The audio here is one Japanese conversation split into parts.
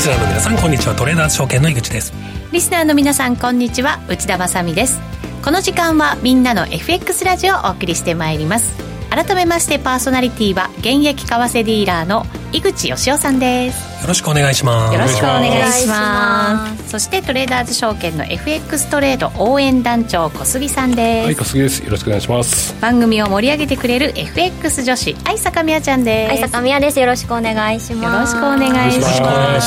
リスナーの皆さんこんにちは。トレーダーズ証券の井口です。 リスナーの皆さんこんにちは。内田まさみです。この時間はみんなの FX ラジオをお送りしてまいります。改めましてパーソナリティは現役為替ディーラーの井口義雄さんです。 よろしくお願いします。 よろしくお願いします。そしてトレーダーズ証券の FX トレード応援団長小杉さんです。 はい、小杉です。よろしくお願いします。 番組を盛り上げてくれる FX 女子愛坂美也ちゃんです。 愛坂美也です。よろしくお願いします。 よろしくお願いします。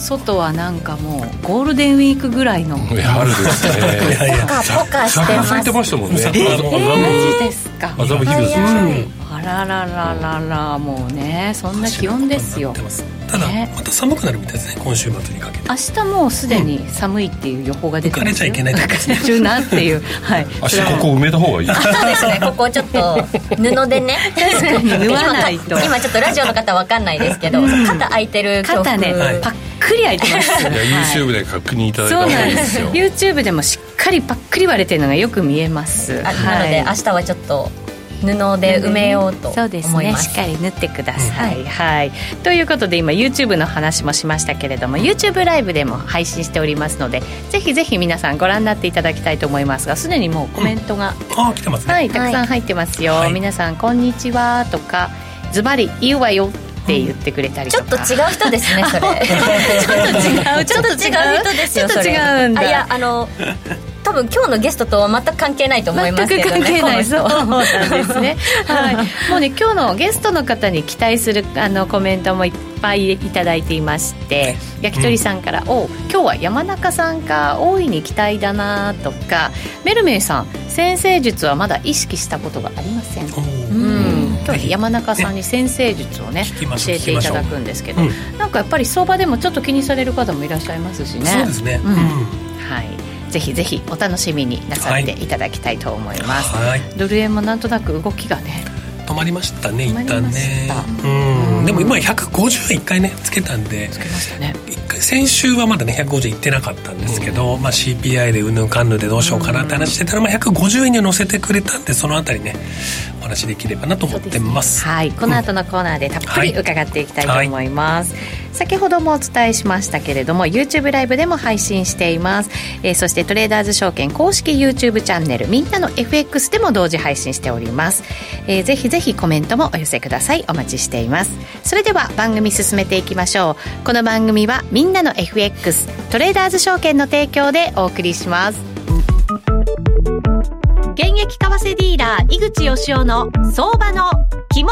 外はなんかもうゴールデンウィークぐらいの春ですね。 ポカポカしてます。 咲いてましたもんね。 マジですか。 麻布ヒルズ、 あららららら、もうねそんな気温ですよ。 ただまた寒くなるみたいですね、今週末にかけて。 明日もうすでに寒いっていう予報が出てますよ。 浮かれちゃいけない浮かれちゃうなっていう、はい、 明日ここ埋めた方がいい。 そうですね、ここちょっと布でね確かに縫わないと。 今ちょっとラジオの方分かんないですけど、肩開いてる曲、 肩ね、パックリ開いてます。 いや YouTube で確認いただいた方がいいですよ。 YouTube でもしっかりパックリ割れてるのがよく見えます。 なので明日はちょっと布で埋めようと思います。 そうですね、しっかり縫ってください、はい、ということで今 YouTube の話もしましたけれども YouTube ライブでも配信しておりますので、ぜひぜひ皆さんご覧になっていただきたいと思いますが、すでにもうコメントが、 来てますね、 はい、たくさん入ってますよ、 はい、 皆さんこんにちはとかズバリ言うわよって言ってくれたりとか、 ちょっと違う人ですねそれ。 ちょっと違う人ですよ。 ちょっと違うんだ。 いや多分今日のゲストとは全く関係ないと思いますけどね。 全く関係ない。そうなんですね、はい、もうね今日のゲストの方に期待するコメントもいっぱいいただいていまして、焼き鳥さんから、今日は山中さんか大いに期待だなとか、メルメイさん先生術はまだ意識したことがありません。今日山中さんに先生術をね教えていただくんですけど、なんかやっぱり相場でもちょっと気にされる方もいらっしゃいますしね。 そうですね、 はい、ぜひぜひお楽しみになさっていただきたいと思います、 はい、 ドル円もなんとなく動きがね止まりましたね、一旦ね。でも今150円1回ねつけたんで、 つけましたね。 先週はまだね150円いってなかったんですけど、CPI でうんぬんかんぬんでどうしようかなって話してたら、150円に乗せてくれたんで、そのあたりねお話できればなと思ってます。 はい、この後のコーナーでたっぷり伺っていきたいと思います、先ほどもお伝えしましたけれども YouTube ライブでも配信しています、そしてトレーダーズ証券公式 YouTube チャンネルみんなの FX でも同時配信しております、ぜひぜひコメントもお寄せください。お待ちしています。それでは番組進めていきましょう。この番組はみんなの FX トレーダーズ証券の提供でお送りします。現役為替ディーラー井口義雄の相場の肝。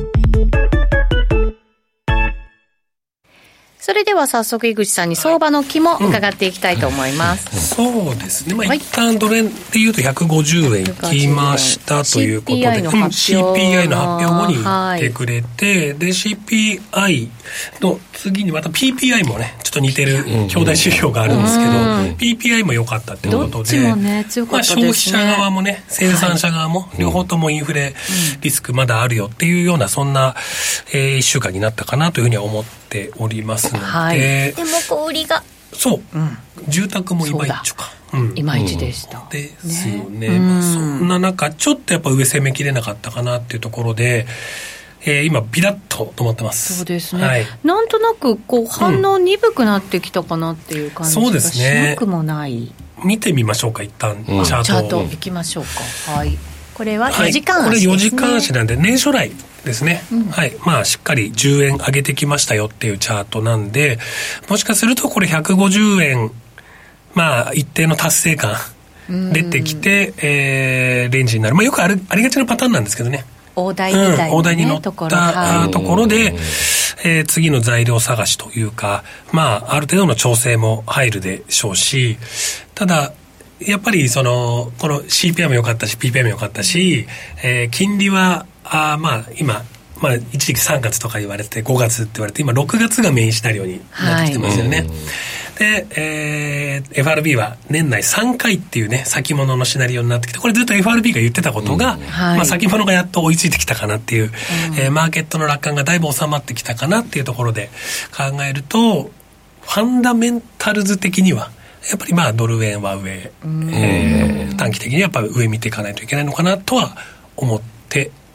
それでは早速井口さんに相場の肝伺っていきたいと思います、 そうですね、一旦ドル円でいうと150円いきましたということで、 CPI の発表後に言ってくれて、で CPI の次にまた PPI もねちょっと似てる兄弟指標があるんですけど、PPI も良かったってことで、 どっちもね強かったですね。 消費者側もね生産者側も両方ともインフレリスクまだあるよっていうような、そんな1週間になったかなというふうには思っておりますので、 でも小売りがそう、住宅もいまいちか、 いまいちでした、 ですよね。そんな中ちょっとやっぱ上攻めきれなかったかなっていうところで、今ビラッと止まってます。 そうですね、なんとなくこう反応鈍くなってきたかなっていう感じがしなくもない、 見てみましょうか一旦、チャートいきましょうか。はい、これは4時間足ですね、 これ4時間足なんで年初来ですね、しっかり10円上げてきましたよっていうチャートなんで、もしかするとこれ150円一定の達成感出てきて、レンジになる、よくありがちなパターンなんですけどね、 大台みたいな、 大台に乗ったところで、次の材料探しというか、ある程度の調整も入るでしょうし、ただやっぱりこの CPI も良かったし PPI も良かったし、金利は今一時期3月とか言われて5月って言われて、今6月がメインシナリオになってきてますよね。で、FRB は年内3回っていうね先物のシナリオになってきて、これずっと FRB が言ってたことが、先物がやっと追いついてきたかなっていう、マーケットの楽観がだいぶ収まってきたかなっていうところで考えると、ファンダメンタルズ的にはやっぱりドル円は上、短期的にやっぱり上見ていかないといけないのかなとは思って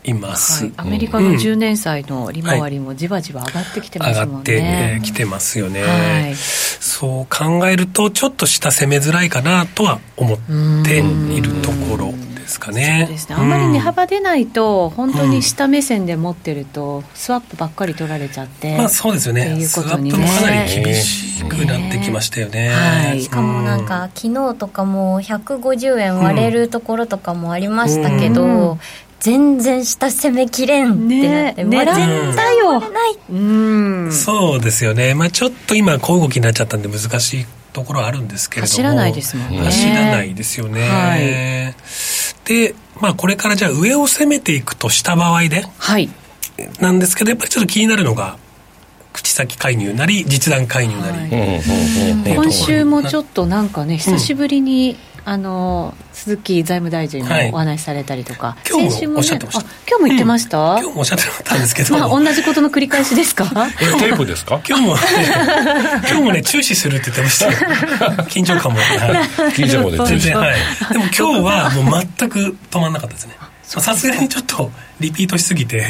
います、 アメリカの10年債の利回りもじわじわ上がってきてますもんね。 上がってきてますよね、そう考えるとちょっと下攻めづらいかなとは思っているところですかね。 そうですね、あんまり値幅出ないと本当に下目線で持ってるとスワップばっかり取られちゃって、 そうですよね、スワップもかなり厳しくなってきましたよね、 しかもなんか昨日とかも150円割れるところとかもありましたけど、全然下攻めきれんってなって、 狙ったよ、 そうですよね、ちょっと今小動きになっちゃったんで難しいところはあるんですけれども、 走らないですもんね。 走らないですよね、で、これからじゃあ上を攻めていくとした場合で、なんですけど、やっぱりちょっと気になるのが口先介入なり実弾介入なり、 今週もちょっとなんかね、久しぶりに鈴木財務大臣もお話しされたりとか、 今日もおっしゃってました。 今日も言ってました、 今日もおっしゃってたんですけど、 同じことの繰り返しですかテープですか今日もね注視するって言ってましたよ緊張感も、 緊張感も全然、でも今日はもう全く止まんなかったですね。さすがにちょっとリピートしすぎて、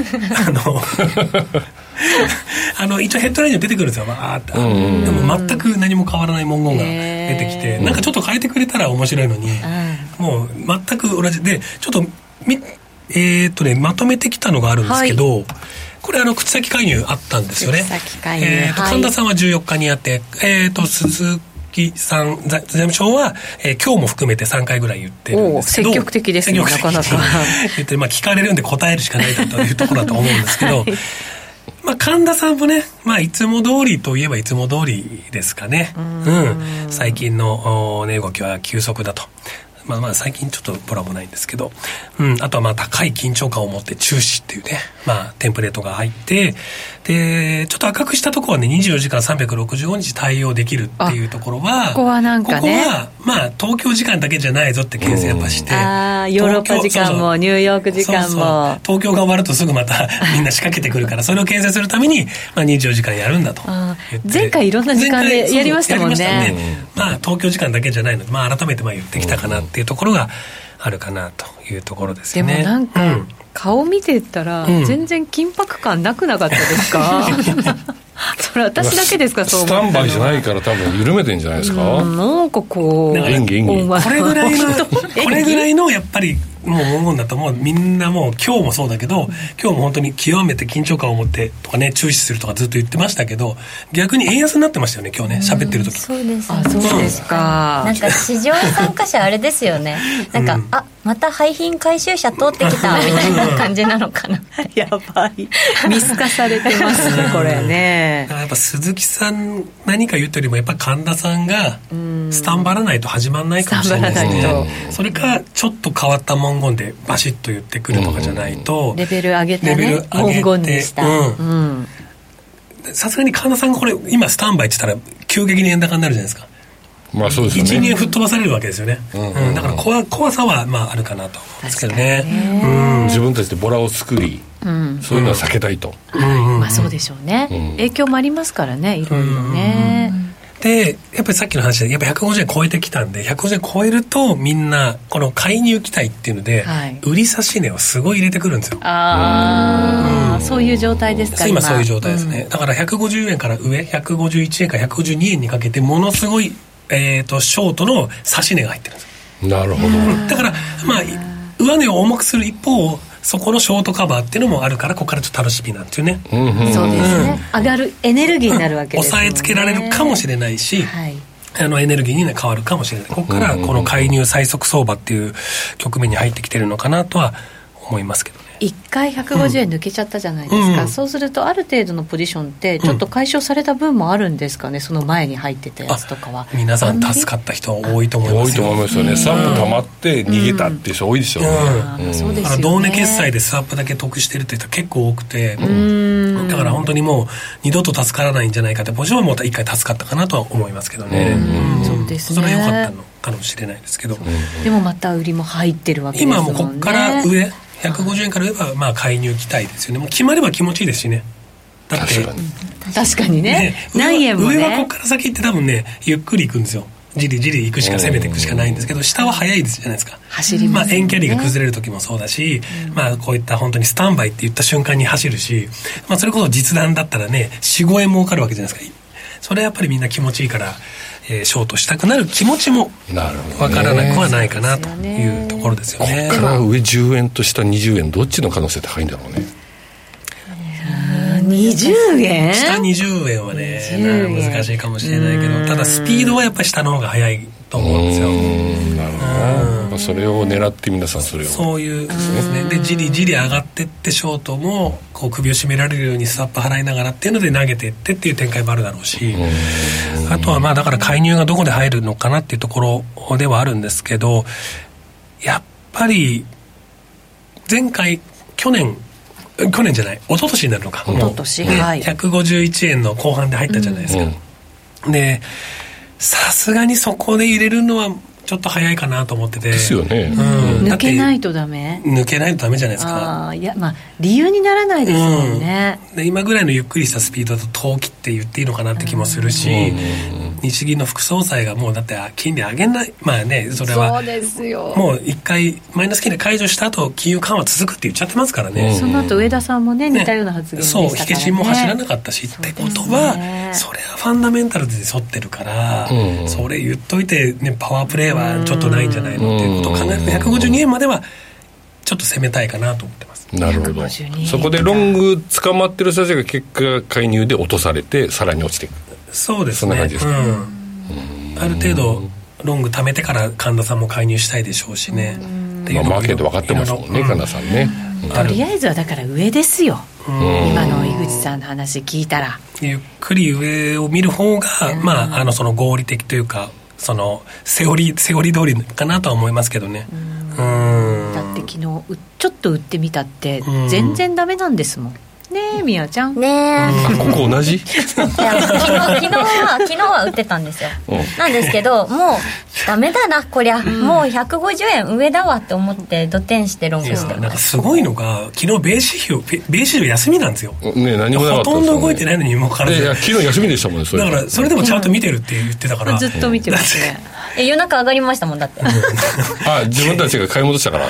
一応ヘッドラインに出てくるんですよ、でも全く何も変わらない文言が出てきて、なんかちょっと変えてくれたら面白いのに、もう全く同じで、ちょっとまとめてきたのがあるんですけど、これ口先介入あったんですよね。神田さんは14日にやって、鈴木さん財務省は、今日も含めて3回ぐらい言ってるんですけど、 積極的ですね、なかなか言って、聞かれるんで答えるしかないというところだと思うんですけど神田さんもね、いつも通りといえばいつも通りですかね。最近の値動きは急速だと。最近ちょっとボラもないんですけど、あとは高い緊張感を持って注視っていうね、テンプレートが入って、でちょっと赤くしたところはね、24時間365日対応できるっていうところは、 ここはなんかね、 ここは東京時間だけじゃないぞって牽制やっぱして、 ヨーロッパ時間もニューヨーク時間も、 東京が終わるとすぐまたみんな仕掛けてくるから、それを牽制するために24時間やるんだと言って、 前回いろんな時間でやりましたもんね。 東京時間だけじゃないので、改めて言ってきたかなっていうところがあるかなというところですよね。 でもなんか、顔見てたら、全然緊迫感なくなかったですかそれ私だけですか、そう思ったの。 スタンバイじゃないから多分緩めてんじゃないですか。 なんかこう演技これぐらいのやっぱりもう文言だと、もうみんなもう今日もそうだけど、今日も本当に極めて緊張感を持ってとかね、注視するとかずっと言ってましたけど、逆に円安になってましたよね今日ね、喋ってる時。 そうですよね。そうですか。 なんか市場参加者あれですよね、なんか、また廃品回収車通ってきたみたいな感じなのかなやばい、見透かされてますねこれね。 だからやっぱ鈴木さん何か言ったよりも、やっぱ神田さんがスタンバらないと始まらないかもしれないですね。それかちょっと変わった文言でバシッと言ってくるとかじゃないと、 レベル上げたね、文言にした。 さすがに神田さんがこれ今スタンバイって言ったら急激に円高になるじゃないですか。 そうですよね。 1、2円吹っ飛ばされるわけですよね。だから怖さはあるかなと思うんですけどね。 自分たちでボラを作り、そういうのは避けたいと。 そうでしょうね。影響もありますからね、いろいろね。 でやっぱりさっきの話でやっぱ150円超えてきたんで、150円超えるとみんなこの介入期待っていうので、売り差し値をすごい入れてくるんですよ。 そういう状態ですか今そういう状態ですね。だから150円から上、151円から152円にかけてものすごい、ショートの差し値が入ってるんですよ。 なるほど。 だから上値を重くする一方、そこのショートカバーっていうのもあるから、ここからちょっと楽しみなんていうね。 そうですね。上がるエネルギーになるわけですもんね。 抑えつけられるかもしれないし、エネルギーに変わるかもしれない。ここからこの介入最速相場っていう局面に入ってきてるのかなとは思いますけどね。 1回150円抜けちゃったじゃないですか、そうするとある程度のポジションってちょっと解消された分もあるんですかね、その前に入ってたやつとかは。 皆さん助かった人多いと思いますよ。 多いと思いますよね。スワップ溜まって逃げたっていう人多いですよね。 そうですよね。 同値決済でスワップだけ得してるって人結構多くて、だから本当にもう二度と助からないんじゃないかって、ポジションはもう一回助かったかなとは思いますけどね。 そうですね。 それは良かったのかもしれないですけど、 でもまた売りも入ってるわけですもんね。 今もうここから上150円から言えば介入期待ですよね。もう決まれば気持ちいいですしね。だって確かにね、何円もね、 上はここから先って多分ねゆっくりいくんですよ。 じりじり行くしか攻めていくしかないんですけど、下は早いですじゃないですか。 走りますね。 円キャリーが崩れる時もそうだし、こういった本当にスタンバイって言った瞬間に走るし、それこそ実弾だったらね 4,5 円儲かるわけじゃないですか。それはやっぱりみんな気持ちいいから、ショートしたくなる気持ちもわからなくはないかなというところですよね。 ここから上10円と下20円どっちの可能性高いんだろうね。 20円下20円はね難しいかもしれないけど、ただスピードはやっぱり下の方が速いと思うんですよ。 なるほど、それを狙って皆さんそれをそういうですね。でじりじり上がってってショートもこう首を絞められるようにスタップ払いながらっていうので投げてってっていう展開もあるだろうし、あとはだから介入がどこで入るのかなっていうところではあるんですけど、やっぱり前回去年じゃない一昨年になるのか、 一昨年、はい、 151円の後半で入ったじゃないですか。でさすがにそこで入れるのはちょっと早いかなと思ってて。 ですよね、 抜けないとダメじゃないですか。 いや理由にならないですもんね、 で今ぐらいのゆっくりしたスピードだと投機って言っていいのかなって気もするし、日銀の副総裁がもうだって金利上げない、それはそうですよ、 もう一回マイナス金利解除した後金融緩和続くって言っちゃってますからね。 その後上田さんもね似たような発言でしたからね。 そう引け賃も走らなかったし、ってことはそれはファンダメンタルで沿ってるから、それ言っといて、パワープレーはちょっとないんじゃないのっていうことを考えると152円まではちょっと攻めたいかなと思ってます。 なるほど。そこでロング捕まってる人たちが結果介入で落とされてさらに落ちていく。 そうですね。 そんな感じですか。 ある程度ロング貯めてから神田さんも介入したいでしょうしね。 マーケット分かってますもんね、神田さんね。 とりあえずはだから上ですよ。今の井口さんの話聞いたらゆっくり上を見る方が、その合理的というかそのセオリー通りかなとは思いますけどね。 だって昨日ちょっと売ってみたって全然ダメなんですもんねえ、みやちゃん。 ねえ。 ここ同じ？ 昨日は売ってたんですよ。なんですけど、もうダメだなこりゃ、もう150円上だわって思ってドテンしてロングしてます。 なんかすごいのが昨日米指標休みなんですよ。 ね、何もなかったですよね。 ほとんど動いてないのにもかかわらず。 昨日休みでしたもんね。それだからそれでもちゃんと見てるって言ってたから。 ずっと見てますね。 夜中上がりましたもんだって。 自分たちが買い戻したから。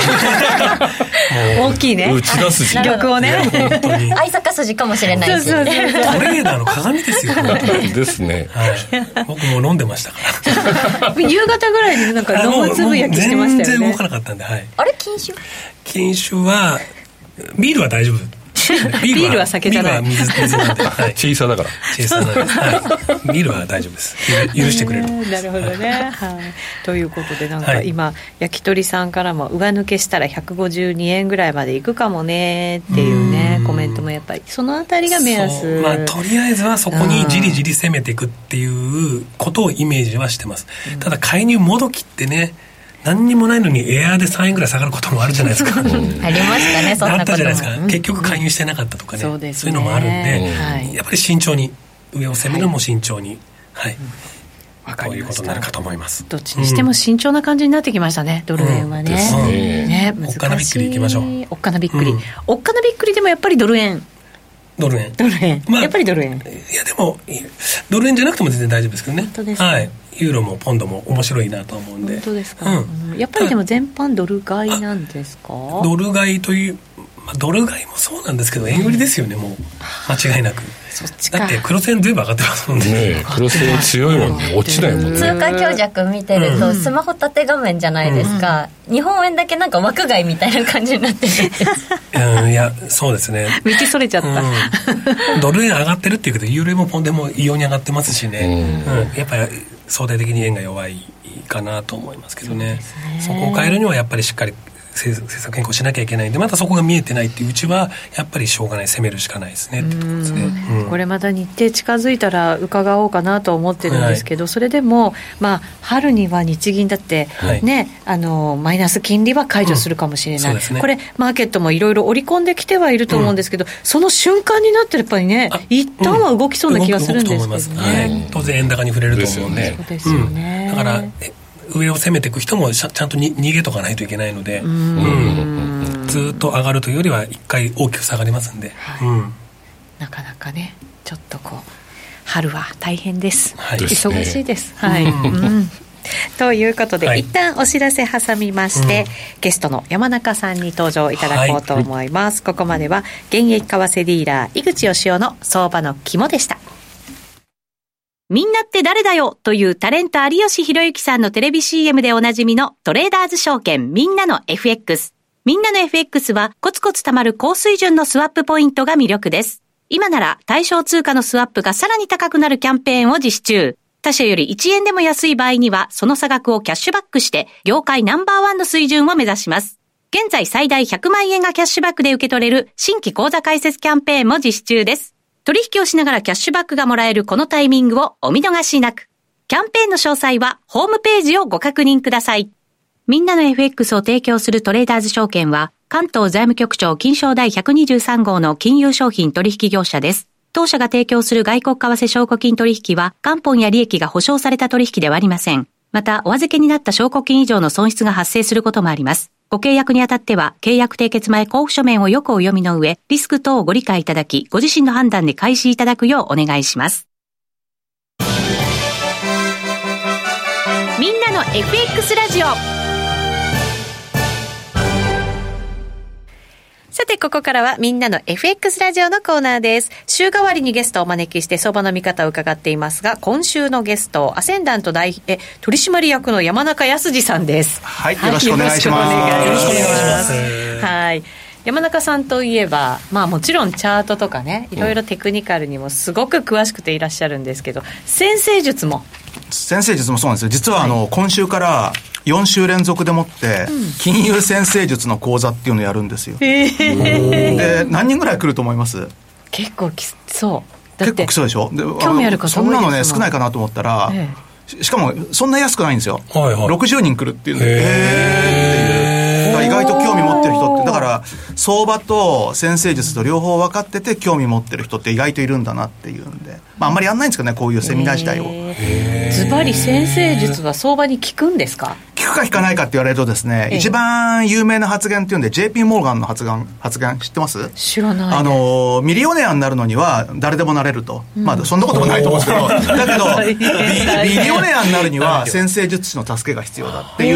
大きいね。 打ち出す時玉をね。 相坂筋かもしれないし。 トレーダーの鏡ですよ。 ですね。 僕も飲んでましたから。 夕方ぐらいになんか飲むつぶやきしてましたよね。 全然動かなかったんで、はい。 あれ禁酒はビールは大丈夫。 ビールは酒じゃない。 ビールは水なんで、はい、 チェイサーだから。 チェイサーなんです、はい、ビールは大丈夫です。許してくれる。 なるほどね、はい、ということでなんか今、焼き鳥さんからも上抜けしたら152円ぐらいまでいくかもねっていうねコメントもやっぱりそのあたりが目安。 とりあえずはそこにじりじり攻めていくっていうことをイメージはしてます。ただ介入もどきってね、何にもないのにエアーで3円ぐらい下がることもあるじゃないですか。ありましたね、そんなことも。 あったじゃないですか。結局介入してなかったとかね、そういうのもあるんで、やっぱり慎重に上を攻めるのも慎重に、はい、こういうことになるかと思います。 どっちにしても慎重な感じになってきましたね、ドル円はね。ね、難しい。 おっかなびっくりいきましょう。 おっかなびっくり、おっかなびっくりでもやっぱりドル円。 やっぱりドル円。 いやでもドル円じゃなくても全然大丈夫ですけどね。 本当ですか。 はい。ユーロもポンドも面白いなと思うんで。 本当ですか。やっぱりでも全般ドル買いなんですか。 ドル買いという、ドル買いもそうなんですけど円売りですよね、もう間違いなく。 そっちか。 だって黒線全部上がってますもんね。 ね、黒線強いもんね、落ちないもんね。 通貨強弱見てるとスマホ縦画面じゃないですか、日本円だけなんか枠外みたいな感じになってるんです。 いやそうですね、 道それちゃった、 ドル円上がってるっていうけどユーロ円もポンデも異様に上がってますしね、やっぱり相対的に円が弱いかなと思いますけどね。そこを変えるにはやっぱりしっかり政策変更しなきゃいけないんで、またそこが見えてないっていううちはやっぱりしょうがない、攻めるしかないですねってことですね。 これまた日程近づいたら伺おうかなと思ってるんですけど、それでも、春には日銀だってね、マイナス金利は解除するかもしれない、これマーケットもいろいろ織り込んできてはいると思うんですけど、その瞬間になってやっぱりね、一旦は動きそうな気がするんですけどね。 当然円高に触れると思うんで、 そうですよね。 だから上を攻めていく人もちゃんと逃げとかないといけないので、ずっと上がるというよりは一回大きく下がりますんで、 なかなかね、ちょっとこう春は大変です、 はい、 忙しいです、はい、ということで、一旦お知らせ挟みまして、ゲストの山中さんに登場いただこうと思います、ここまでは現役為替ディーラー井口義雄の相場の肝でした。みんなって誰だよというタレント有吉弘行さんのテレビ CM でおなじみのトレーダーズ証券みんなの FX。みんなの FX はコツコツ貯まる高水準のスワップポイントが魅力です。今なら対象通貨のスワップがさらに高くなるキャンペーンを実施中。他社より1円でも安い場合にはその差額をキャッシュバックして業界ナンバーワンの水準を目指します。現在最大100万円がキャッシュバックで受け取れる新規口座開設キャンペーンも実施中です。取引をしながらキャッシュバックがもらえるこのタイミングをお見逃しなく。キャンペーンの詳細はホームページをご確認ください。みんなの FX を提供するトレーダーズ証券は関東財務局長金商第123号の金融商品取引業者です。当社が提供する外国為替証拠金取引は元本や利益が保証された取引ではありません。またお預けになった証拠金以上の損失が発生することもあります。ご契約にあたっては、契約締結前交付書面をよくお読みの上、リスク等をご理解いただき、ご自身の判断で開始いただくようお願いします。みんなの FX ラジオ。さてここからはみんなの FX ラジオのコーナーです。週替わりにゲストをお招きして相場の見方を伺っていますが、今週のゲストアセンダント取締役の山中康二さんです。 はい、よろしくお願いします。 よろしくお願いします。 はい、山中さんといえば、もちろんチャートとかね、いろいろテクニカルにもすごく詳しくていらっしゃるんですけど、先生術もそうなんですよ。実は今週から4週連続でもって金融先生術の講座っていうのをやるんですよ。で何人ぐらい来ると思います？ 結構きそう。 結構来そうでしょ。で興味ある方多いですそんなのね少ないかなと思ったら、しかもそんな安くないんですよ、60人来るっていうんで、っていうだから意外と興味持ってる人って、だから相場と先生術と両方分かってて興味持ってる人って意外といるんだなっていうんで、あんまりやんないんですけどね、こういうセミナー自体を。 ズバリ先生術は相場に効くんですか？ 効くか効かないかって言われるとですね、一番有名な発言っていうんで JP モルガンの発言知ってます？ 知らない、 ミリオネアになるのには誰でもなれると、そんなこともないと思うんですけどだけどミリオネアになるには先生術師の助けが必要だっていう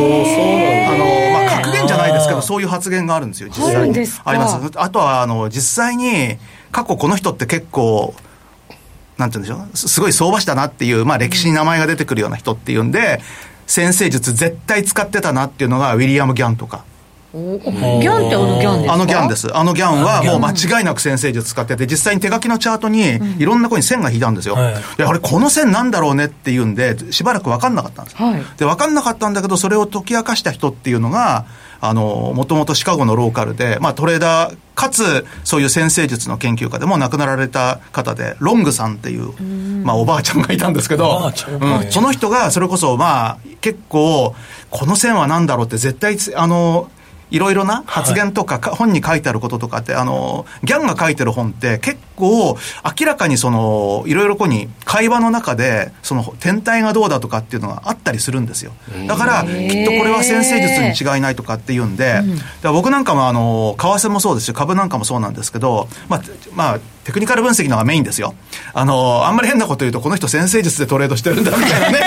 格言じゃないですけど、そういう発言があるんですよ、実際にあります。あとは実際に過去この人って結構なんて言うんでしょう、すごい相場師だなっていう、歴史に名前が出てくるような人っていうんで、先生術絶対使ってたなっていうのがウィリアム・ギャンとか。 ギャンってギャンですか？ ギャンです。ギャンはもう間違いなく先生術使ってて、実際に手書きのチャートにいろんな子に線が引いたんですよ。で、あれこの線なんだろうねっていうんでしばらく分かんなかったんです。で、分かんなかったんだけど、それを解き明かした人っていうのがもともとシカゴのローカルで、トレーダーかつそういう先生術の研究家でも亡くなられた方で、ロングさんっていう、おばあちゃんがいたんですけど、その人がそれこそ結構この線は何だろうって絶対いろいろな発言とか、本に書いてあることとかって、ギャンが書いてる本って結構明らかにいろいろ会話の中で天体がどうだとかっていうのがあったりするんですよ。だからきっとこれは先生術に違いないとかっていうんで、だから僕なんかも為替もそうですし株なんかもそうなんですけど、テクニカル分析のがメインですよ。あんまり変なこと言うとこの人先生術でトレードしてるんだみたいなね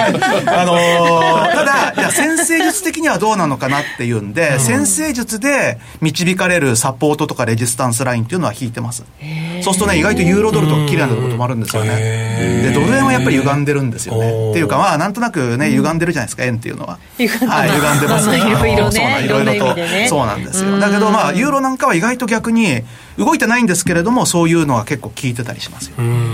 ただいや先生術的にはどうなのかなっていうんで、先生術で導かれるサポートとかレジスタンスラインっていうのは引いてます。そうするとね、意外とユーロドルと綺麗なとこ止まるんですよね。でドル円はやっぱり歪んでるんですよね。っていうかなんとなくね歪んでるじゃないですか、円っていうのは。歪んでます。いろいろとそうなんですよ。だけどユーロなんかは意外と逆に動いてないんですけれども、そういうのは結構効いてたりしますよ。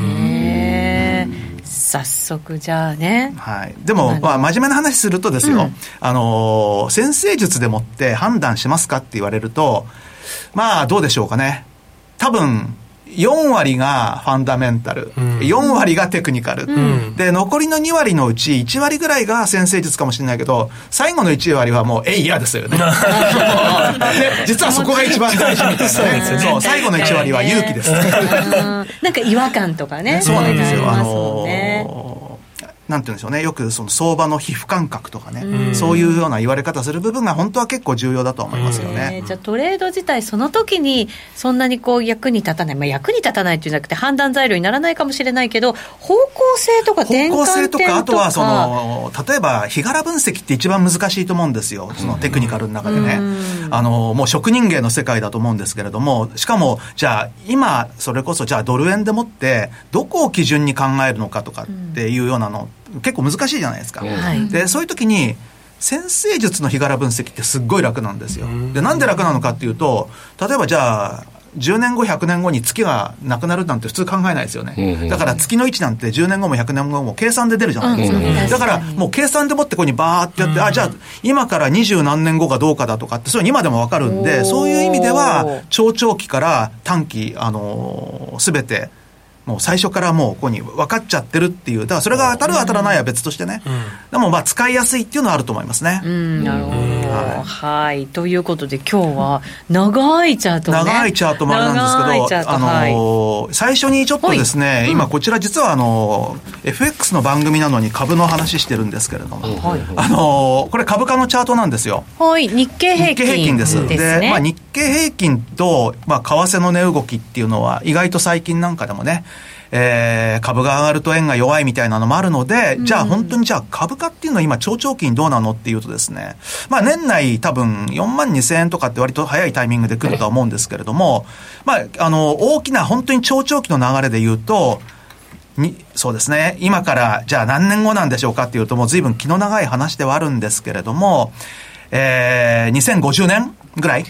早速じゃあね、 でも真面目な話するとですよ、先生術でもって判断しますかって言われると、どうでしょうかね。多分4割がファンダメンタル、4割がテクニカル、で残りの2割のうち1割ぐらいが先生術かもしれないけど、最後の1割はもう嫌ですよねで実はそこが一番大事みたいなねそう最後の1割は勇気ですなんか違和感とかね、 そうなんですよ。 なんて言うんでしょうね、よくその相場の皮膚感覚とかね、そういうような言われ方する部分が本当は結構重要だと思いますよね。 じゃあトレード自体その時にそんなにこう役に立たない、役に立たないっていうんじゃなくて判断材料にならないかもしれないけど、方向性とか転換点とか、方向性とか、 あとはその例えば日柄分析って一番難しいと思うんですよ、そのテクニカルの中でね。もう職人芸の世界だと思うんですけれども、しかもじゃあ今それこそじゃあドル円でもってどこを基準に考えるのかとかっていうようなの、結構難しいじゃないですか。でそういう時に先生術の日柄分析ってすっごい楽なんですよ。でなんで楽なのかっていうと、例えばじゃあ10年後100年後に月がなくなるなんて普通考えないですよね。だから月の位置なんて10年後も100年後も計算で出るじゃないですか。だからもう計算でもってここにバーってやって、じゃあ今から20何年後がどうかだとかって、そういうの今でも分かるんで、そういう意味では長長期から短期全てもう最初からもうここに分かっちゃってるっていう、だからそれが当たる当たらないは別としてね、でもまあ使いやすいっていうのはあると思いますね。 なるほど。はい、ということで今日は長いチャートね、 長いチャートもあれなんですけど、最初にちょっとですね、今こちら実はFX の番組なのに株の話してるんですけれども、これ株価のチャートなんですよ。 はい、日経平均です。 で、日経平均と、為替の値動きっていうのは意外と最近なんかでもね、株が上がると円が弱いみたいなのもあるので、じゃあ本当にじゃあ株価っていうのは今超長期にどうなのっていうとですね、年内多分4万2000円とかって割と早いタイミングで来るとは思うんですけれども、大きな本当に超長期の流れで言うと、そうですね、今からじゃあ何年後なんでしょうかっていうと、もう随分気の長い話ではあるんですけれども、2050年ぐらい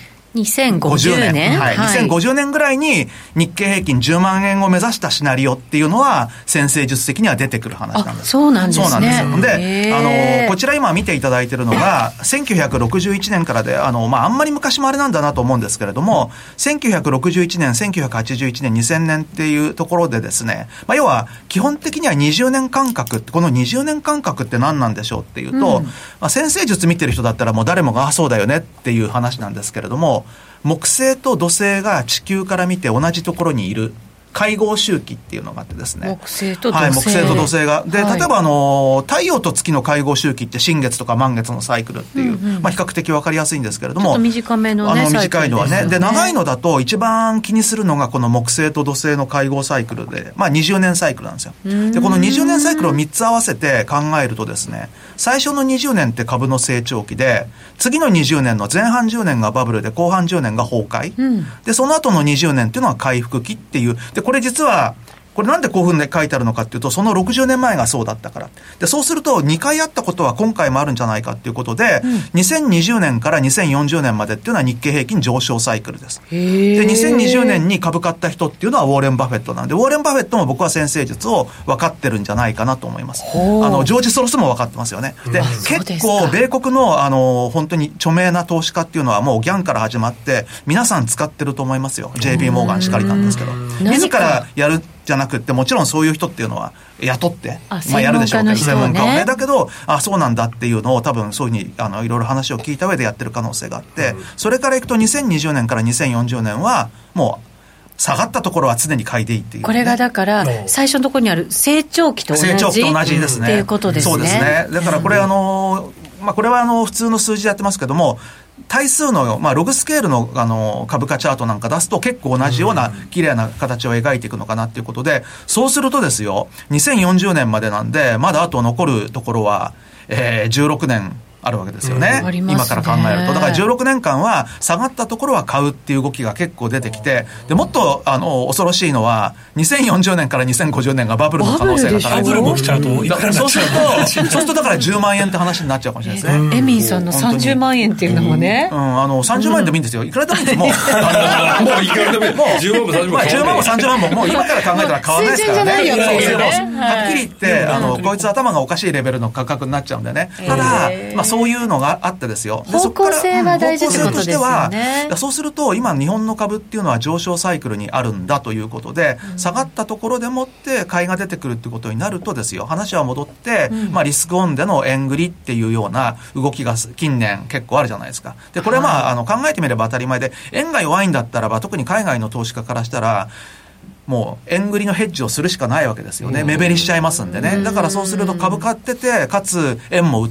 2050年、 はい、2050年ぐらいに日経平均10万円を目指したシナリオっていうのは先生術的には出てくる話なんです。 そうなんですね。 そうなんですよ。で、こちら今見ていただいているのが1961年からで、あんまり昔もあれなんだなと思うんですけれども、1961年、1981年、2000年っていうところでですね、要は基本的には20年間隔、この20年間隔って何なんでしょうっていうと、先生術見てる人だったらもう誰もがそうだよねっていう話なんですけれども、木星と土星が地球から見て同じところにいる会合周期っていうのがあってですね、 木星と土星、 はい、木星と土星がで、例えば太陽と月の会合周期って新月とか満月のサイクルっていう、比較的分かりやすいんですけれども、 ちょっと短めのね、 短いのはね、で長いのだと一番気にするのがこの木星と土星の会合サイクルで、20年サイクルなんですよ。でこの20年サイクルを3つ合わせて考えるとですね、最初の20年って株の成長期で、次の20年の前半10年がバブルで後半10年が崩壊、でその後の20年っていうのは回復期っていう、でこれ実はこれなんでこういうふうに書いてあるのかっていうと、その60年前がそうだったからで、そうすると2回あったことは今回もあるんじゃないかっていうことで、2020年から2040年までっていうのは日経平均上昇サイクルです。で2020年に株買った人っていうのはウォーレン・バフェットなんで、ウォーレン・バフェットも僕は先生術を分かってるんじゃないかなと思います。ジョージ・ソロスも分かってますよね。で結構米国の本当に著名な投資家っていうのはもうギャンから始まって皆さん使ってると思いますよ。 JP モーガンしかりなんですけど、自らやるじゃなくって、もちろんそういう人っていうのは雇ってやるでしょうけど、専門家をね、だけどそうなんだっていうのを多分そういうふうにいろいろ話を聞いた上でやってる可能性があって、それからいくと2020年から2040年はもう下がったところは常に買いでいいっていう、ね、 これがだから最初のところにある成長期と同じですね、 っていうことですね。 そうですね。だからこれこれは普通の数字でやってますけども、対数の、ログスケールの、株価チャートなんか出すと結構同じような綺麗な形を描いていくのかなっていうことで、そうするとですよ、2040年までなんでまだあと残るところは、16年あるわけですよね、今から考えると。だから16年間は下がったところは買うっていう動きが結構出てきて、でもっと恐ろしいのは2040年から2050年がバブルの可能性が高い。 バブルも来ちゃうといくらになっちゃうそうするとだから10万円って話になっちゃうかもしれないですね。 エミンさんの30万円っていうのもね、 30万円でもいいんですよ。いくらでもいいんです。もういくらでもいい。10万も30万ももう今から考えたら買わないですからね。はっきり言ってこいつ頭がおかしいレベルの価格になっちゃうんでね。ただそういうのがあってですよ。 方向性は大事ってことですよね。 そうすると今日本の株っていうのは上昇サイクルにあるんだということで、下がったところでもって買いが出てくるっていうことになるとですよ、話は戻って、リスクオンでの円売りっていうような動きが近年結構あるじゃないですか。でこれは考えてみれば当たり前で、円が弱いんだったらば特に海外の投資家からしたらもう円売りのヘッジをするしかないわけですよね。目減りしちゃいますんでね。だからそうすると株買ってて、かつ円も売って、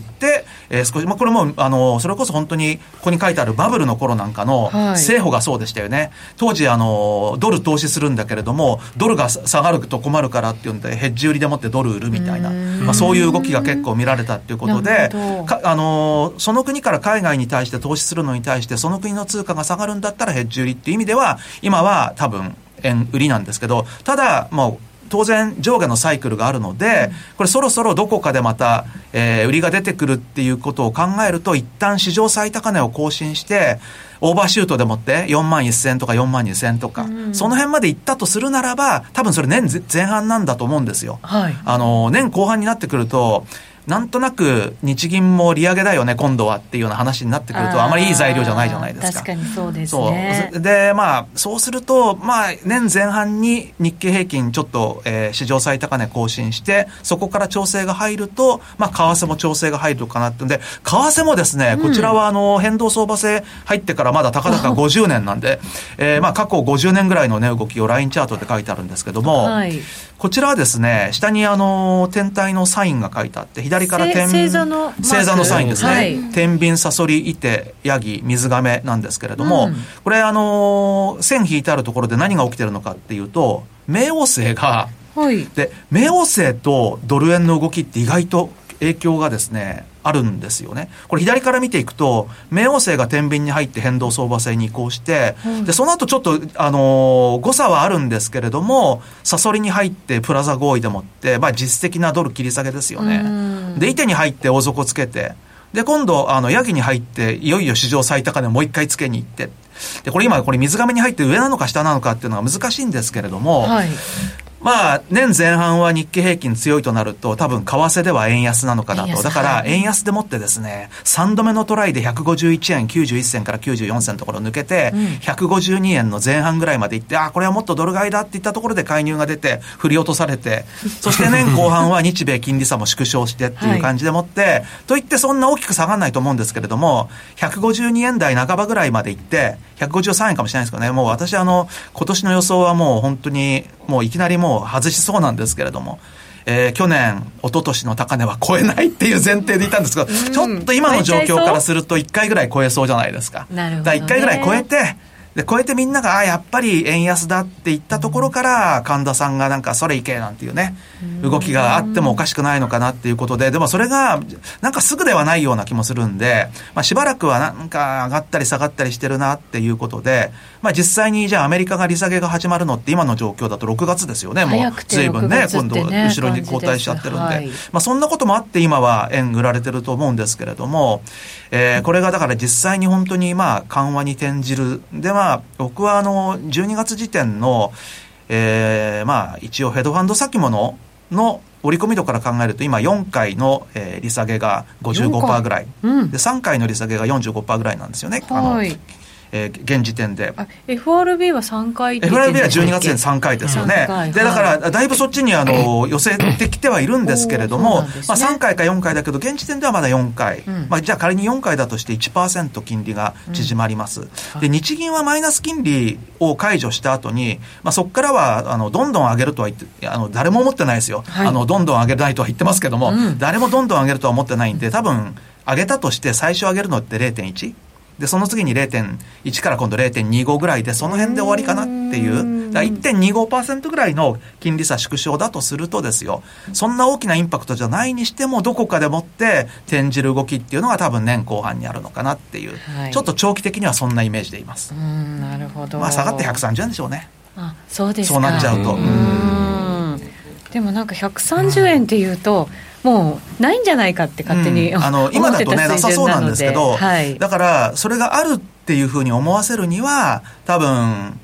少し、これもそれこそ本当にここに書いてあるバブルの頃なんかの政府がそうでしたよね。当時ドル投資するんだけれども、ドルが下がると困るからっていうんでヘッジ売りでもってドル売るみたいな、そういう動きが結構見られたっていうことで、その国から海外に対して投資するのに対してその国の通貨が下がるんだったらヘッジ売りっていう意味では今は多分円売りなんですけど、ただもう当然上下のサイクルがあるので、これそろそろどこかでまた、売りが出てくるっていうことを考えると、一旦史上最高値を更新してオーバーシュートでもって4万1000とか4万2000とか、その辺まで行ったとするならば、多分それ年前半なんだと思うんですよ。年後半になってくるとなんとなく日銀も利上げだよね今度はっていうような話になってくると、あまりいい材料じゃないじゃないですか。 確かにそうですね。 そうで、そうすると、年前半に日経平均ちょっと、史上最高値更新して、そこから調整が入ると、為替も調整が入るかなってんで、為替もですね、こちらは変動相場制入ってからまだたかだか50年なんで、過去50年ぐらいの値動きをラインチャートで書いてあるんですけども、こちらはですね、下に天体のサインが書いてあって、左から星座のサインですね。天秤、サソリ、イテ、ヤギ、水亀なんですけれども、これ線引いてあるところで何が起きてるのかっていうと、冥王星が、で冥王星とドル円の動きって意外と影響がですねあるんですよね。これ左から見ていくと、冥王星が天秤に入って変動相場制に移行して、でその後ちょっと誤差はあるんですけれども、サソリに入ってプラザ合意でもって、実質的なドル切り下げですよね。でイテに入って大底つけて、で今度ヤギに入っていよいよ史上最高値もう一回つけに行って、でこれ水亀に入って上なのか下なのかっていうのが難しいんですけれども、年前半は日経平均強いとなると、多分為替では円安なのかなと。だから円安でもってですね、3度目のトライで151円91銭から94銭のところを抜けて、152円の前半ぐらいまで行って、これはもっとドル買いだって言ったところで介入が出て振り落とされて、そして年後半は日米金利差も縮小してっていう感じでもって、といってそんな大きく下がらないと思うんですけれども、152円台半ばぐらいまで行って153円かもしれないですけどね、もう私今年の予想はもう本当にもういきなりもう外しそうなんですけれども、去年一昨年の高値は超えないっていう前提でいたんですけど、ちょっと今の状況からすると1回ぐらい超えそうじゃないですか。 なるほどね。 だから1回ぐらい超えて、で超えてみんながやっぱり円安だって言ったところから、神田さんがなんかそれいけなんていうね動きがあってもおかしくないのかなっていうことで、でもそれがなんかすぐではないような気もするんで、しばらくはなんか上がったり下がったりしてるなっていうことで、実際にじゃあアメリカが利下げが始まるのって今の状況だと6月ですよね。もう随分ね今度後ろに後退しちゃってるんで、そんなこともあって今は円売られてると思うんですけれども、これがだから実際に本当に緩和に転じる。で僕は12月時点の、一応ヘッドファンド先物の織り込み度から考えると今4回の、利下げが 55% ぐらい、で3回の利下げが 45% ぐらいなんですよね。現時点で FRB は3回って FRB は12月に3回ですよね。でだからだいぶそっちに寄せてきてはいるんですけれども、3回か4回だけど現時点ではまだ4回、じゃあ仮に4回だとして 1% 金利が縮まります、で日銀はマイナス金利を解除した後に、そこからはどんどん上げるとは言って誰も思ってないですよ、どんどん上げないとは言ってますけども、誰もどんどん上げるとは思ってないんで、多分上げたとして最初上げるのって 0.1で、その次に 0.1 から今度 0.25 ぐらいで、その辺で終わりかなっていう、だから 1.25% ぐらいの金利差縮小だとするとですよ、そんな大きなインパクトじゃないにしても、どこかでもって転じる動きっていうのが多分年後半にあるのかなっていう、ちょっと長期的にはそんなイメージでいます。 なるほど。 下がって130円でしょうね。 そうですか。 そうなっちゃうと。 でもなんか130円っていうと、もうないんじゃないかって勝手に、 今だとねなさそうなんですけど、だからそれがあるっていうふうに思わせるには、多分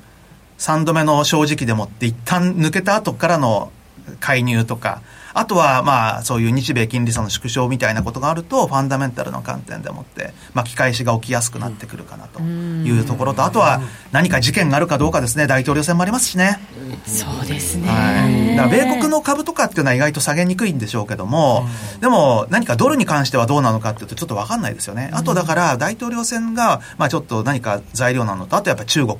3度目の正直でもって一旦抜けた後からの介入とか、あとはそういう日米金利差の縮小みたいなことがあると、ファンダメンタルの観点でもって巻き返しが起きやすくなってくるかなというところと、あとは何か事件があるかどうかですね。大統領選もありますしね。 そうですね、 だから米国の株とかっていうのは意外と下げにくいんでしょうけども、でも何かドルに関してはどうなのかっていうとちょっと分かんないですよね。あとだから大統領選がちょっと何か材料なのと、あとやっぱり中国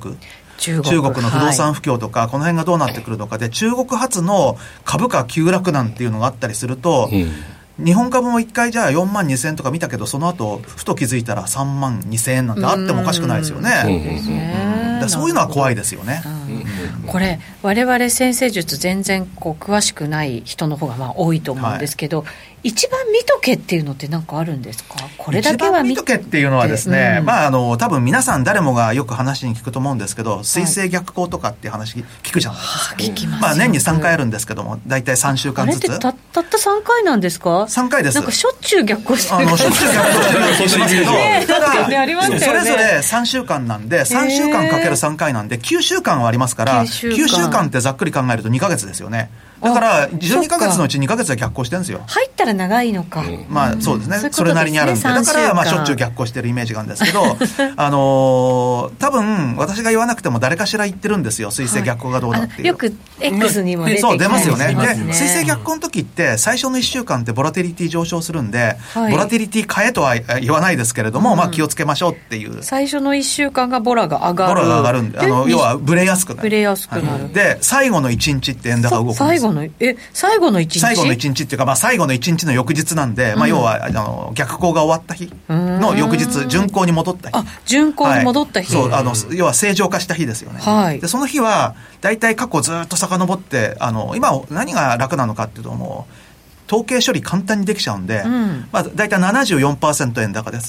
中国の不動産不況とか、この辺がどうなってくるのかで、中国発の株価急落なんていうのがあったりすると、日本株も1回じゃあ4万2000円とか見たけど、その後ふと気づいたら3万2000円なんてあってもおかしくないですよね。そういうのは怖いですよね。 これ我々先生術全然詳しくない人の方が多いと思うんですけど、一番見とけっていうのって何かあるんですか？これだけは一番見とけっていうのはですね、多分皆さん誰もがよく話に聞くと思うんですけど、水星逆行とかっていう話聞くじゃないですか。 聞きます。 年に3回あるんだけども、大体3週間ずつ。 あれってたった3回なんですか ？3回です。 なんかしょっちゅう逆行してる。 しょっちゅう逆行してるような気がしますけど、ただそれぞれ3週間なんで、3週間かける3回なんで9週間はありますから、9週間ってざっくり考えると2ヶ月ですよね。だから12ヶ月のうち2ヶ月は逆行してるんですよ。 入ったら長いのか。 そうですね。それなりにあるんで、だからしょっちゅう逆行してるイメージがあるんですけど、多分私が言わなくても誰かしら言ってるんですよ。水星逆行がどうだっていう。 よく X にも出てきそう出ますよね。 で、 水星逆行の時って最初の1週間ってボラティリティ上昇するんで、ボラティリティ買えとは言わないですけれども、気をつけましょうっていう。 最初の1週間がボラが上がる。 ボラが上がるんで、要はブレやすくなる。で、最後の1日って円高動くんです。 最後の1日っていうか、最後の1日の翌日なんで、要は逆行が終わった日の翌日、巡行に戻った日。 巡行に戻った日。 そう、要は正常化した日ですよね。でその日は大体過去ずっと遡って、今何が楽なのかっていうと、もう統計処理簡単にできちゃうんで、大体 74% 円高です。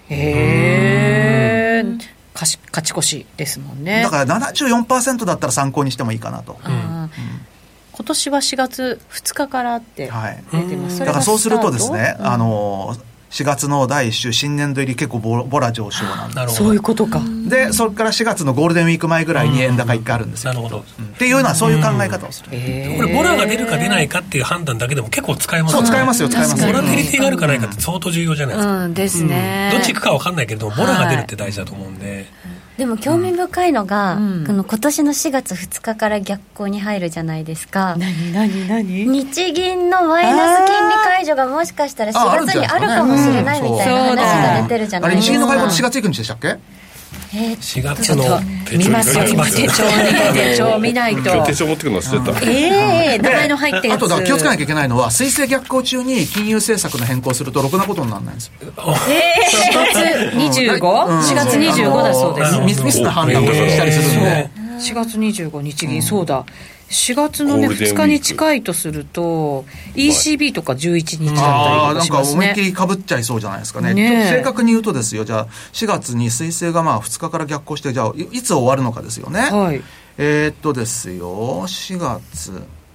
勝ち越しですもんね。 だから 74% だったら参考にしてもいいかなと。 今年は4月2日からって出てます。 だからそうするとですね、4月の第1週新年度入り結構ボラ上昇なんで、 そういうことか。 でそれから4月のゴールデンウィーク前ぐらいに円高1回あるんですよ。なるほど。っていうようなそういう考え方をする。 これボラが出るか出ないかっていう判断だけでも結構使えますね。 そう使えますよ、使えます。 ボラティリティがあるかないかって相当重要じゃないですか。 ですね。 どっち行くか分かんないけれどもボラが出るって大事だと思うんで。 でも興味深いのが、今年の4月2日から逆行に入るじゃないですか。 何日銀のマイナス金利解除がもしかしたら4月にあるかもしれないみたいな話が出てるじゃないですか。 あれ日銀の会合って4月行くんでしたっけ ？4月の見ますよ、手帳見ないと。 手帳持ってくるの忘れた。 名前の入ってるやつ。 あと気をつけなきゃいけないのは、水星逆行中に金融政策の変更するとろくなことにならないんですよ。 4月25だそうです。 ミスな判断をしたりするんで。 4月25日銀、そうだ。4月のね2日に近いとすると ECB とか11日だったりとかしますね。 なんか思いっきりかぶっちゃいそうじゃないですかね。正確に言うとですよ、じゃあ4月に水星が2日から逆行して、じゃあいつ終わるのかですよね。ですよ、4月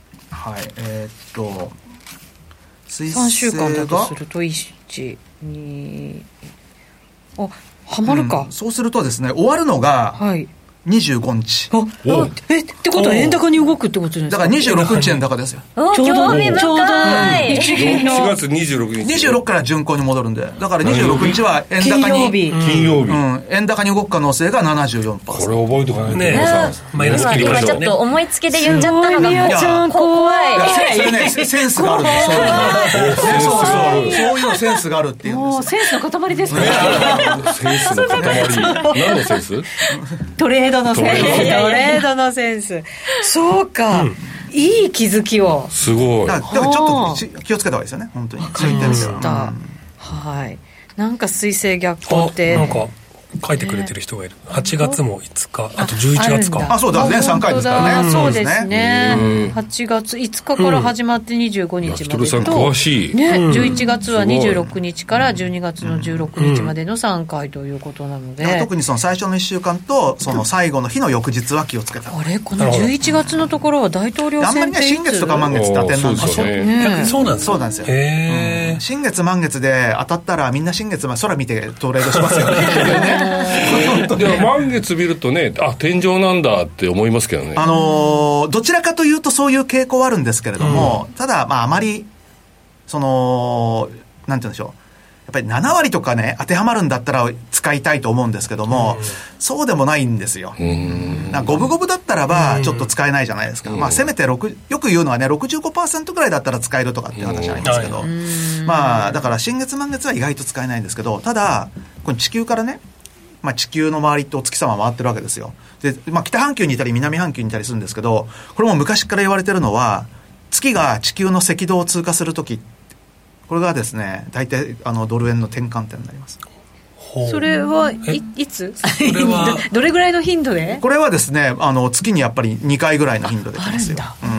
水星が3週間だとすると1、2はまるか。 そうするとですね、終わるのが25日。 ってことは円高に動くってことですか？ だから26日円高ですよ。 興味深い。 4月26日 26から巡行に戻るんで、だから26日は円高に金曜日、 円高に動く可能性が 74%。 これ覚えておかないとね。 マイナス切りましょうね。 今ちょっと思いつきで言っちゃったのがもう怖い。 それね、センスがあるんですよ。そういうセンスがあるっていうんです。 センスの塊ですね。 センスの塊。何のセンス？ トレードのセンス。そうか。いい気づきを。 すごい。でもちょっと気をつけた方がいいですよね、本当に。そういった意味では。 はい。なんか水星逆行ってなんか書いてくれてる人がいる。8月も5日、あと11月か。 そうだね、3回ですからね。 そうですね。8月5日から始まって25日までと、 詳しいね、11月は26日から12月の16日までの3回ということなので、 特にその最初の1週間とその最後の日の翌日は気をつけた。 あれ、この11月のところは大統領選ってあんまりね、新月とか満月って当てんなんですよね。そうなんですよ。 新月満月で当たったらみんな新月空見てトレードしますよね。 でも満月見るとね、天井なんだって思いますけどね。 どちらかというとそういう傾向はあるんですけれども、ただあまりなんて言うんでしょう、やっぱり7割とかね当てはまるんだったら使いたいと思うんですけども、そうでもないんですよ。五分五分だったらばちょっと使えないじゃないですか。せめてよく言うのはね 65% ぐらいだったら使えるとかっていう話ありますけど、だから新月満月は意外と使えないんですけど、ただこれ地球からね地球の周りとお月様回ってるわけですよ。で、北半球にいたり南半球にいたりするんですけど、これも昔から言われてるのは、月が地球の赤道を通過するとき、これがですね、大体ドル円の転換点になります。 それはいつそれはどれぐらいの頻度で？ これはですね、月にやっぱり2回ぐらいの頻度で来ますよ。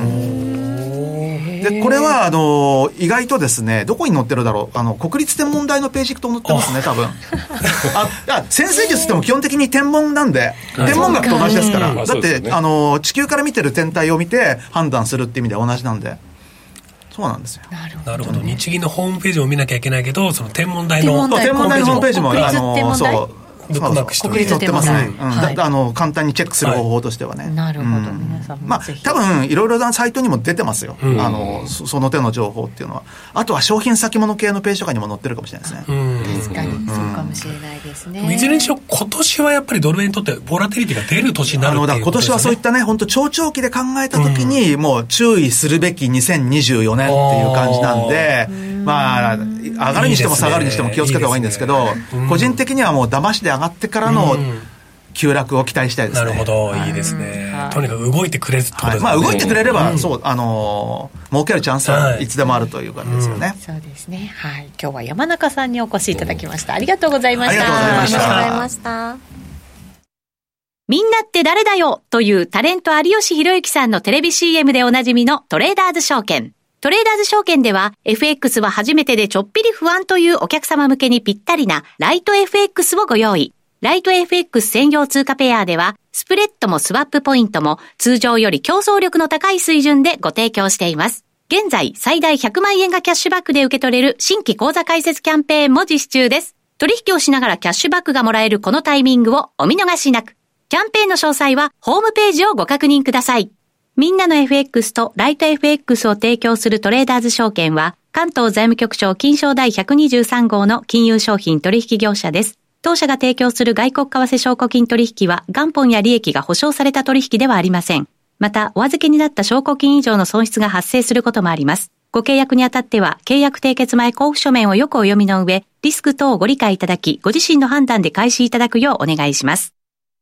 でこれは意外とですね、どこに載ってるだろう、国立天文台のページ行くと載ってますね、多分。先生術っても基本的に天文なんで、天文学と同じですから、だって、地球から見てる天体を見て判断するっていう意味では同じなんで。そうなんですよ。 なるほど。日銀のホームページを見なきゃいけないけど、その天文台のホームページもそうブックマークして国立載ってますね。簡単にチェックする方法としてはね。 なるほど。皆さんもぜひ。 多分いろいろなサイトにも出てますよ。その手の情報っていうのは。あとは商品先物系のページとかにも載ってるかもしれないですね。 確かにそうかもしれないですね。 いずれにしろ今年はやっぱりドル円にとってボラティリティが出る年になるっていうことですね。 今年はそういったね、本当長長期で考えた時にもう注意するべき2024年っていう感じなんで、上がるにしても下がるにしても気をつけた方がいいんですけど、個人的にはもう騙しで上がってからの急落を期待したいですね。 なるほど、いいですね。とにかく動いてくれるってことですね。 動いてくれれば、そう儲けるチャンスはいつでもあるという感じですよね。 そうですね。はい。今日は山中さんにお越しいただきました。ありがとうございました。 ありがとうございました。 ありがとうございました。 みんなって誰だよというタレント有吉弘行さんのテレビ CM でおなじみのトレーダーズ証券。トレーダーズ証券では FX は初めてでちょっぴり不安というお客様向けにぴったりなライト FX をご用意。ライト FX 専用通貨ペアではスプレッドもスワップポイントも通常より競争力の高い水準でご提供しています。現在最大100万円がキャッシュバックで受け取れる新規口座開設キャンペーンも実施中です。取引をしながらキャッシュバックがもらえるこのタイミングをお見逃しなく。キャンペーンの詳細はホームページをご確認ください。みんなの FX とライト FX を提供するトレーダーズ証券は関東財務局長金商第123号の金融商品取引業者です。当社が提供する外国為替証拠金取引は元本や利益が保証された取引ではありません。また、お預けになった証拠金以上の損失が発生することもあります。ご契約にあたっては、契約締結前交付書面をよくお読みの上、リスク等をご理解いただき、ご自身の判断で開始いただくようお願いします。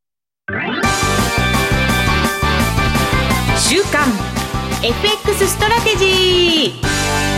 週刊 FX ストラテジー。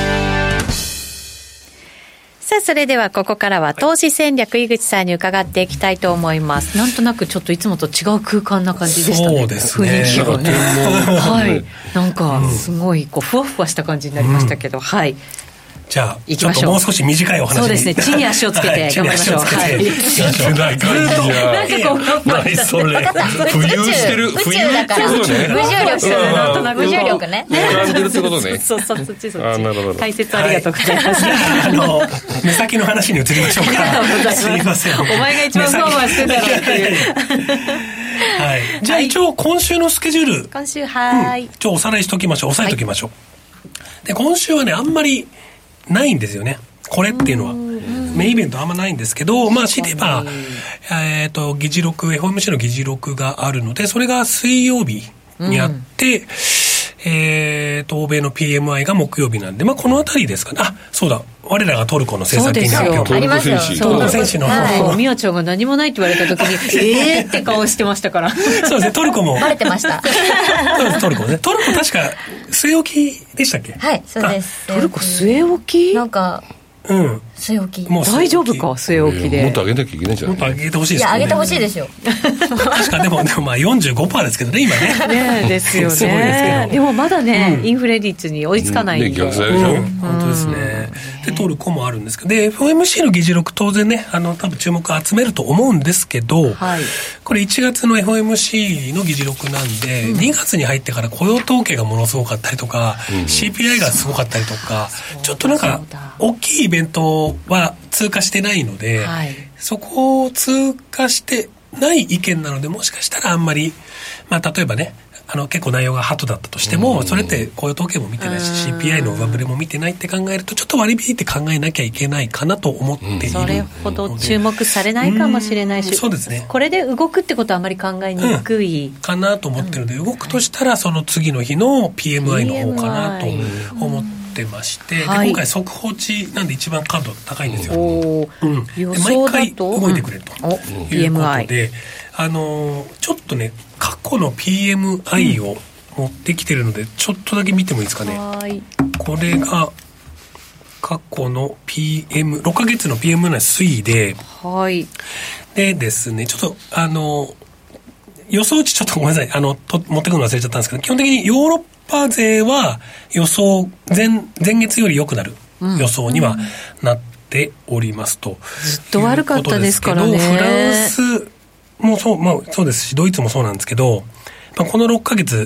さあ、それではここからは投資戦略井口さんに伺っていきたいと思います。なんとなくちょっといつもと違う空間な感じでしたね。 そうですね。 雰囲気がね。はい。なんかすごいふわふわした感じになりまちはい。 じゃあちょっともう少し短いお話。 そうですね。地に足をつけて頑張りましょう。はい。 なんかこう何それ。 浮遊してる。 宇宙だから無重力。無重力ね。 浮かんでるってことね。 そうそっち。解説ありがとうございます。 目先の話に移りましょうか。すいません。 お前が一番そうはしてたろっていう。 はい。じゃあ一応今週のスケジュール。 今週はい。 おさらいしときましょう。押さえときましょう。で今週はねあんまりないんですよね。これっていうのはメインイベントあんまないんですけど、強いてば議事録 FOMC の議事録があるので、それが水曜日にあって、欧米の PMI が木曜日なんで、このあたりですかね。あ、そうだ、我らがトルコの政策金利発表、 ありますよ。 トルコ選手のみやちゃんが何もないって言われた時にって顔してましたから。 そうですね、トルコもバレてました。 トルコね。トルコ確か据え置きでしたっけ？ はい、そうです。 トルコ据え置き？ なんか据え置き。 もう大丈夫か据え置きで。 もっと上げなきゃいけないんじゃない？ もっと上げてほしいですね。 いや、上げてほしいですよ。 確かでも45% ですけどね、今ね。 ねですよね。すごいですけど。でもまだね、インフレ率に追いつかないんで。 逆剤でしょ。 本当ですね。でトルコもあるんですけど、で FOMC の議事録当然ね多分注目を集めると思うんですけど、これ1月の FOMC の議事録なんで、2月に入ってから雇用統計がものすごかったりとか、CPI がすごかったりとか、ちょっとなんか大きいイベントは通過してないので、そこを通過してない意見なので、もしかしたらあんまり例えばね結構内容がハトだったとしても、それって雇用統計も見てないし CPI の上振れも見てないって考えると、ちょっと割り引いて考えなきゃいけないかなと思っている、 それほど注目されないかもしれないし、 そうですね、 これで動くってことはあまり考えにくい、 かなと思ってるので、動くとしたらその次の日の PMI の方かなと思ってってまして、で今回速報値なんで一番感度高いんですよ。 予想だと毎回動いてくれるということで、ちょっとね過去の PMI を持ってきてるので、ちょっとだけ見てもいいですかね。これが過去の 6ヶ月の PMI の推移で、でですね、ちょっと予想値ちょっとごめんなさい、持ってくるの忘れちゃったんですけど、基本的にヨーロッパ勢は予想前月より良くなる予想にはなっておりますと。 ずっと悪かったですからね。 フランスもそう、そうですし、ドイツもそうなんですけど、この6ヶ月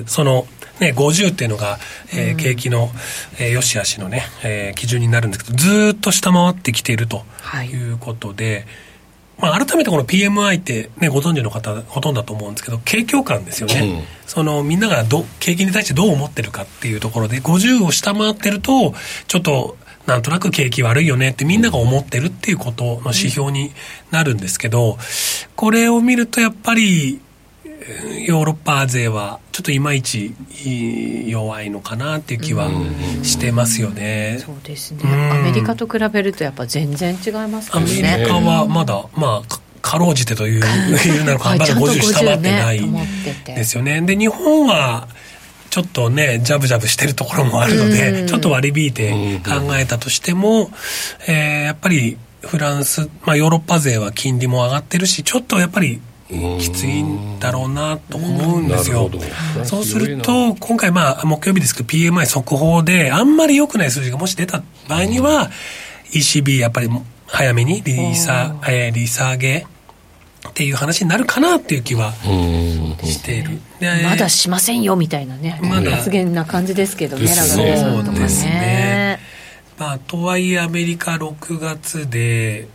50っていうのが、景気の、良し悪しのね、基準になるんですけど、ずっと下回ってきているということで、改めてこの PMI ってね、ご存知の方ほとんどだと思うんですけど、景況感ですよね。みんなが景気に対してどう思ってるかっていうところで、50を下回ってるとちょっとなんとなく景気悪いよねってみんなが思ってるっていうことの指標になるんですけど、これを見るとやっぱりヨーロッパ勢はちょっといまいち弱いのかなっていう気はしてますよね。 そうですね。アメリカと比べるとやっぱ全然違いますからね。 アメリカはまだかろうじてというなのか、まだ50下回ってないですよね。で日本はちょっとねジャブジャブしてるところもあるので、ちょっと割り引いて考えたとしても、やっぱりフランス、ヨーロッパ勢は金利も上がってるし、ちょっとやっぱりきついんだろうなと思うんですよ。そうすると今回木曜日ですけど PMI 速報であんまり良くない数字がもし出た場合には ECB やっぱり早めに利下げっていう話になるかなっていう気はしている。 まだしませんよみたいなね、発言な感じですけどね。そうですね。 とはいえアメリカ6月で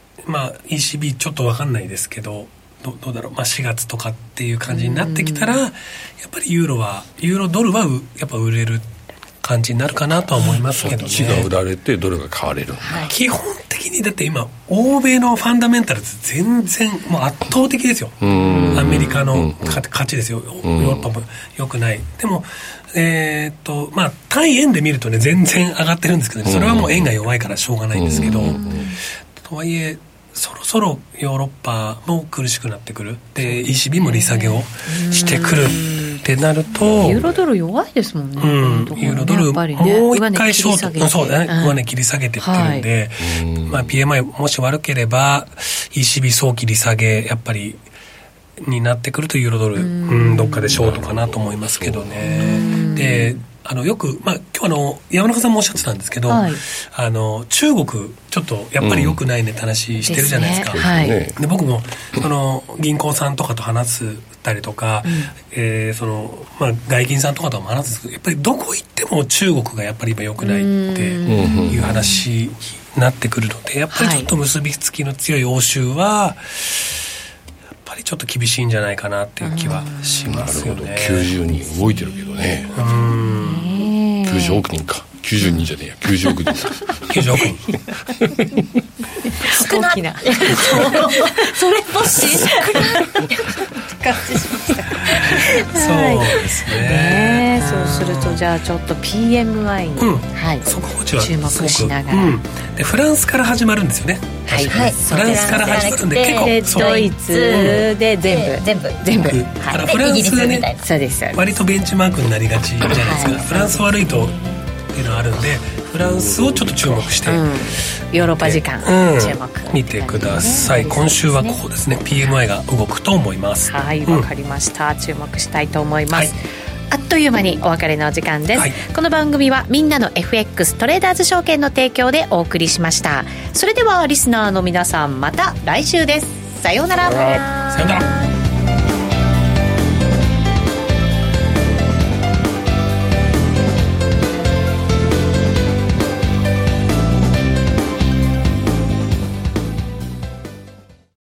ECB ちょっと分かんないですけど、どうだろう、4月とかっていう感じになってきたら、やっぱりユーロドルはやっぱ売れる感じになるかなとは思いますけどね。 そっちが売られてドルが買われる、 基本的にだって今欧米のファンダメンタルズ全然もう圧倒的ですよ。アメリカの勝ちですよ。ヨーロッパも良くない。でも対円で見るとね全然上がってるんですけど、それはもう円が弱いからしょうがないんですけど、とはいえそろそろヨーロッパも苦しくなってくる。で ECB も利下げをしてくるってなると、 ユーロドル弱いですもんね。 ユーロドルもう一回ショート、そうだね、上値切り下げてってるんで、PMI もし悪ければ ECB 早期利下げやっぱりになってくるとユーロドルどっかでショートかなと思いますけどね。でよく、今日山中さんもおっしゃってたんですけど、中国ちょっとやっぱり良くないねって話してるじゃないですか。で僕も銀行さんとかと話したりとか、外銀さんとかとも話すんですけど、やっぱりどこ行っても中国がやっぱり今良くないっていう話になってくるので、やっぱりちょっと結びつきの強い欧州はやっぱりちょっと厳しいんじゃないかなっていう気はしますよね。 90人動いてるけどね。90億人か。90人じゃねえや、90億人 90億人少な大きなそれっぽし少な合致しましたそうですね。 そうするとじゃあちょっと PMI に、 速報値は注目しながら、 でフランスから始まるんですよね。フランスから始まるんで結構ドイツで全部フランスがねそうです割とベンチマークになりがちじゃないですか。フランス悪いとっていうのがあるんで、フランスをちょっと注目して、 ヨーロッパ時間注目見てください。今週はここですね、PMI が動くと思います。 わかりました。注目したいと思います。あっという間にお別れのお時間です。この番組はみんなの FX トレーダーズ証券の提供でお送りしました。それではリスナーの皆さん、また来週です。さようなら。 さようなら。